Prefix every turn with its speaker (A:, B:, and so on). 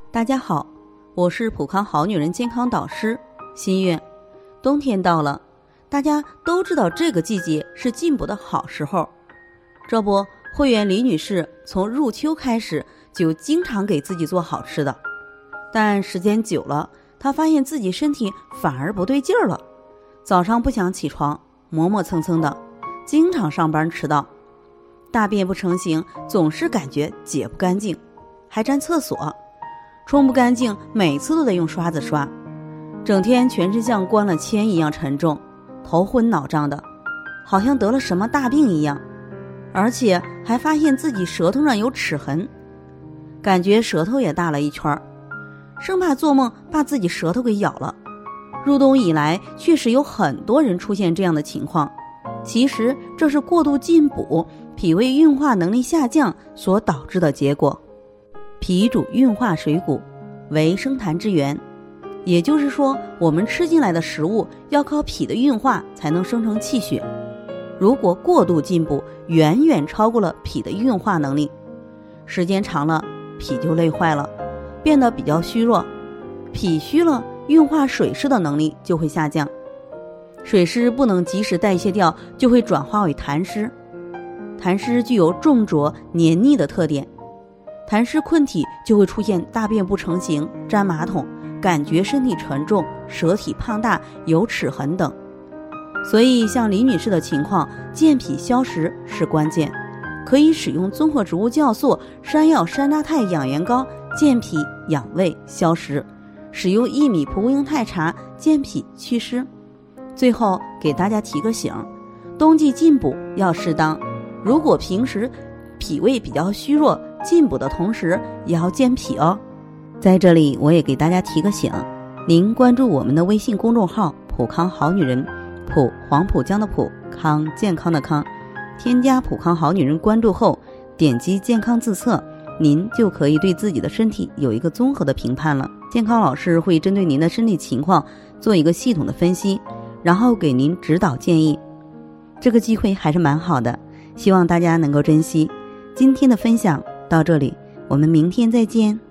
A: 大家好，我是普康好女人健康导师心月。冬天到了，大家都知道这个季节是进补的好时候。这不，会员李女士从入秋开始就经常给自己做好吃的，但时间久了，她发现自己身体反而不对劲儿了。早上不想起床，磨磨蹭蹭的，经常上班迟到，大便不成形，总是感觉解不干净，还沾厕所，冲不干净，每次都得用刷子刷，整天全身像关了铅一样沉重，头昏脑胀的，好像得了什么大病一样，而且还发现自己舌头上有齿痕，感觉舌头也大了一圈，生怕做梦把自己舌头给咬了。入冬以来，确实有很多人出现这样的情况，其实这是过度进补，脾胃运化能力下降所导致的结果。脾主运化水谷，为生痰之源，也就是说，我们吃进来的食物要靠脾的运化才能生成气血。如果过度进补，远远超过了脾的运化能力，时间长了，脾就累坏了，变得比较虚弱。脾虚了，运化水湿的能力就会下降，水湿不能及时代谢掉，就会转化为痰湿。痰湿具有重浊黏腻的特点，痰湿困体就会出现大便不成形、粘马桶、感觉身体沉重、舌体胖大、有齿痕等。所以像李女士的情况，健脾消食是关键，可以使用综合植物酵素、山药山楂肽养元膏健脾养胃消食，使用薏米蒲公英肽茶健脾祛湿。最后给大家提个醒，冬季进补要适当，如果平时脾胃比较虚弱，进补的同时也要健脾哦。在这里我也给大家提个醒，您关注我们的微信公众号普康好女人，普黄浦江的普，康健康的康，添加普康好女人关注后，点击健康自测，您就可以对自己的身体有一个综合的评判了。健康老师会针对您的身体情况做一个系统的分析，然后给您指导建议。这个机会还是蛮好的，希望大家能够珍惜。今天的分享到这里，我们明天再见。